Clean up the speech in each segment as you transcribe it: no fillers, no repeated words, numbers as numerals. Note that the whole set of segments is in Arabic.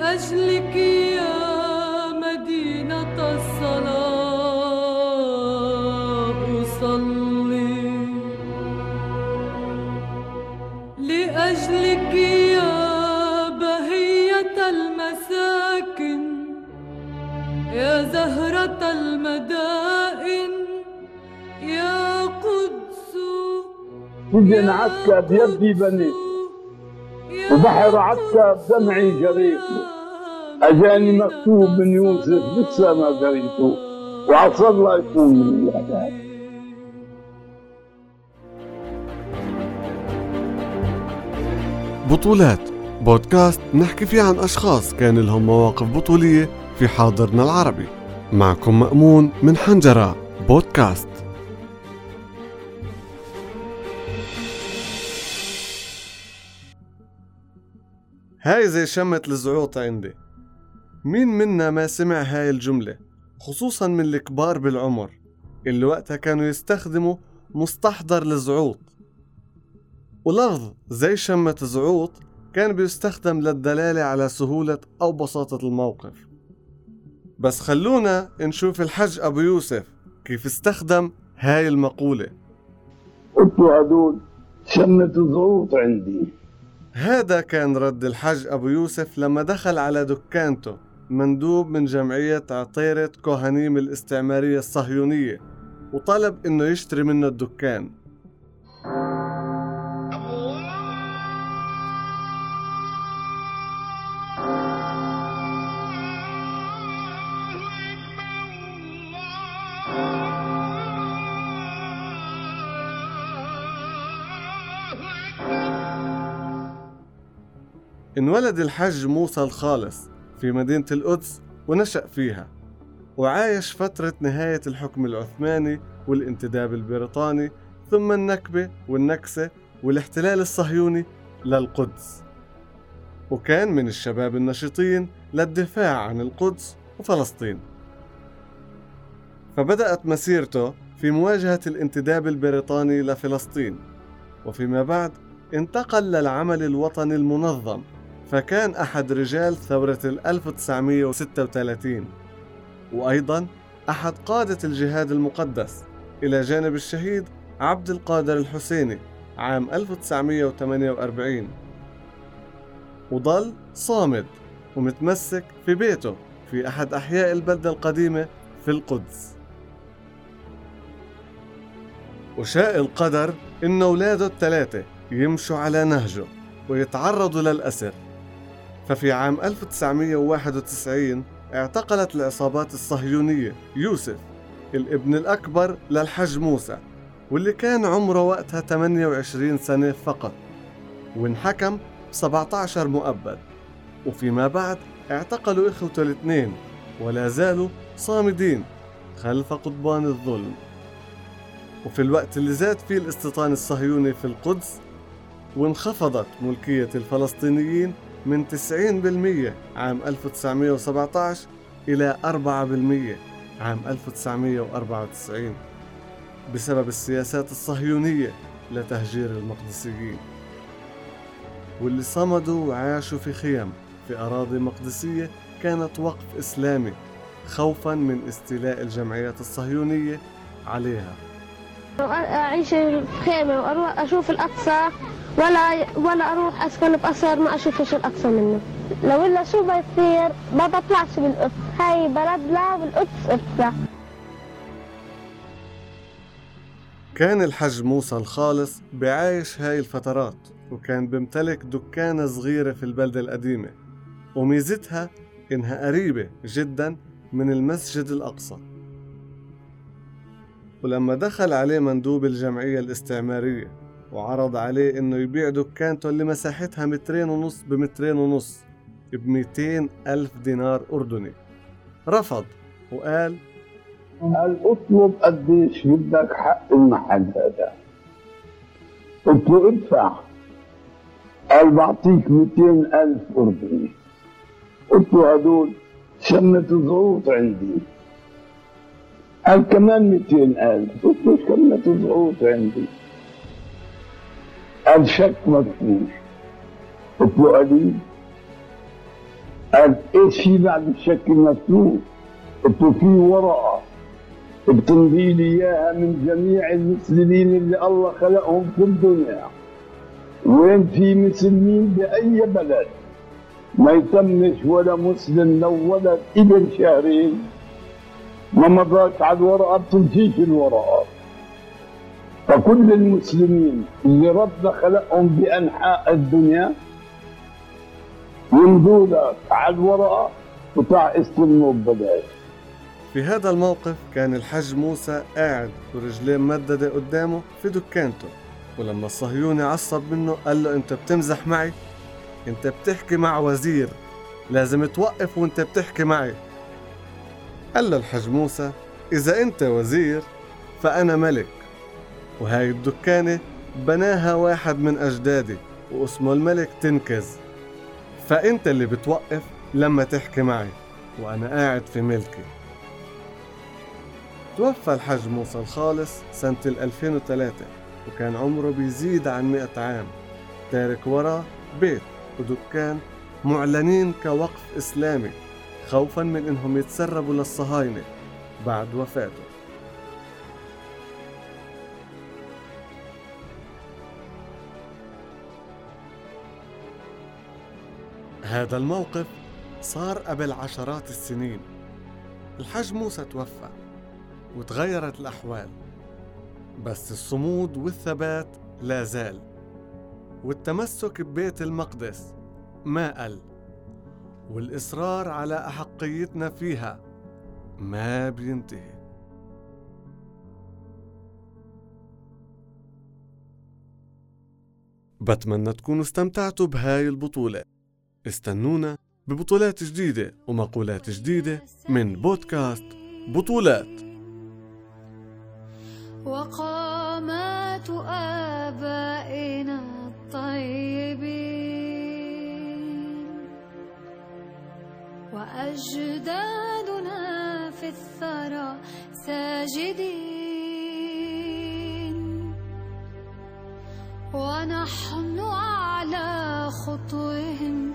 لأجلك يا مدينة الصلاة أصلي، لأجلك يا بهية المساكن، يا زهرة المدائن، يا قدس سجن عكا بيدي بنيت، وبحر عكا بدمعي جريته، أجاني مكتوب من يوسف لسه ما قريته، وعسى الله يكون من الأحداث. بطولات بودكاست نحكي فيه عن أشخاص كان لهم مواقف بطولية في حاضرنا العربي. معكم مأمون من حنجرة بودكاست. هاي زي شمة الزعوط عندي. مين منا ما سمع هاي الجملة، خصوصا من الكبار بالعمر اللي وقتها كانوا يستخدموا مستحضر للزعوط. ولفظ زي شمة الزعوط كان بيستخدم للدلالة على سهولة أو بساطة الموقف. بس خلونا نشوف الحج أبو يوسف كيف استخدم هاي المقولة. قلت له هدول شمة الزعوط عندي. هذا كان رد الحج أبو يوسف لما دخل على دكانته مندوب من جمعية عطيرة كوهانيم الاستعمارية الصهيونية، وطلب إنه يشتري منه الدكان. انولد الحج موسى الخالص في مدينة القدس ونشأ فيها، وعايش فترة نهاية الحكم العثماني والانتداب البريطاني، ثم النكبة والنكسة والاحتلال الصهيوني للقدس، وكان من الشباب النشطين للدفاع عن القدس وفلسطين. فبدأت مسيرته في مواجهة الانتداب البريطاني لفلسطين، وفيما بعد انتقل للعمل الوطني المنظم، فكان أحد رجال ثورة 1936، وأيضا أحد قادة الجهاد المقدس إلى جانب الشهيد عبد القادر الحسيني عام 1948. وظل صامد ومتمسك في بيته في أحد أحياء البلدة القديمة في القدس. وشاء القدر إن أولاده الثلاثة يمشوا على نهجه ويتعرضوا للأسر. ففي عام 1991 اعتقلت العصابات الصهيونية يوسف الابن الأكبر للحج موسى، واللي كان عمره وقتها 28 سنة فقط، وانحكم ب17 مؤبد. وفيما بعد اعتقلوا إخوته الاثنين ولا زالوا صامدين خلف قضبان الظلم. وفي الوقت اللي زاد فيه الاستيطان الصهيوني في القدس، وانخفضت ملكية الفلسطينيين من 90% عام 1917 إلى 4% عام 1994 بسبب السياسات الصهيونية لتهجير المقدسيين، واللي صمدوا وعاشوا في خيام في أراضي مقدسية كانت وقف إسلامي، خوفاً من استيلاء الجمعيات الصهيونية عليها. أعيش في خيمة وأروح أشوف الأقصى، ولا أروح أسكن بقصر ما أشوفش الأقصى منه. لو إلا شو بيصير ما بطلعش بالقدس، هاي بلدنا بالقدس قدسة. كان الحج موسى الخالص بعايش هاي الفترات، وكان بيمتلك دكانة صغيرة في البلدة القديمة، وميزتها إنها قريبة جدا من المسجد الأقصى. ولما دخل عليه مندوب الجمعية الاستعمارية وعرض عليه إنه يبيع دكانته اللي مساحتها 2.5 ب2.5 ب200,000 دينار أردني، رفض وقال: اطلب قديش بدك حق المحل هذا. قلت له ادفع. قال بعطيك 200,000 أردني. قلت له هدول شمة الزعوط عندي. قال كمان 200,000. قلت له شمة الزعوط عندي. قال شك مدفوع. قلت له قليل. قال ايش في بعد الشك مكتوب؟ قلت له في ورقة بتمضي لي اياها من جميع المسلمين اللي الله خلقهم في الدنيا، وين في مسلمين بأي بلد ما يتمش ولا مسلم لو ولد ابن شهرين ما مضاش على الورقة بتمشيش الورقة. فكل المسلمين اللي ربنا خلقهم بأنحاء الدنيا يمضوا لك على الورقة وتع استلموا ببلاش. في هذا الموقف كان الحج موسى قاعد ورجليه ممددة قدامه في دكانته، ولما الصهيوني عصب منه قال له انت بتمزح معي؟ انت بتحكي مع وزير، لازم توقف وانت بتحكي معي. قال له الحج موسى اذا انت وزير فانا ملك، وهاي الدكانة بناها واحد من اجدادي واسمه الملك تنكز، فانت اللي بتوقف لما تحكي معي وانا قاعد في ملكي. توفى الحج موسى الخالص سنة 2003 وكان عمره بيزيد عن 100 عام، تارك وراه بيت ودكان معلنين كوقف إسلامي خوفا من إنهم يتسربوا للصهاينة بعد وفاته. هذا الموقف صار قبل عشرات السنين. الحج موسى توفى وتغيرت الأحوال، بس الصمود والثبات لا زال، والتمسك ببيت المقدس ما قل، والإصرار على أحقيتنا فيها ما بينتهي. بتمنى تكونوا استمتعتوا بهاي البطولة. استنونا ببطولات جديدة ومقولات جديدة من بودكاست بطولات. وقامات آبائنا الطيبين وأجدادنا في الثرى ساجدين، ونحن على خطوهم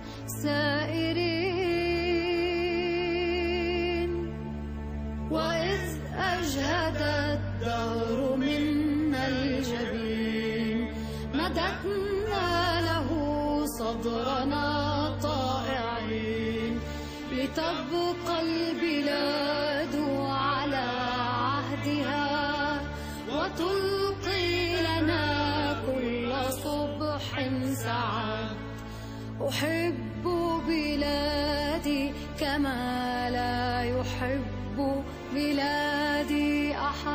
سائرين. وإذ أجهد الدهر منا الجبين مددنا له صدرنا طائعين، لتبقى البلاد على عهدها وتلقي لنا كل صبح سعد. أحب بلادي كما لا يحب بلادي أحد.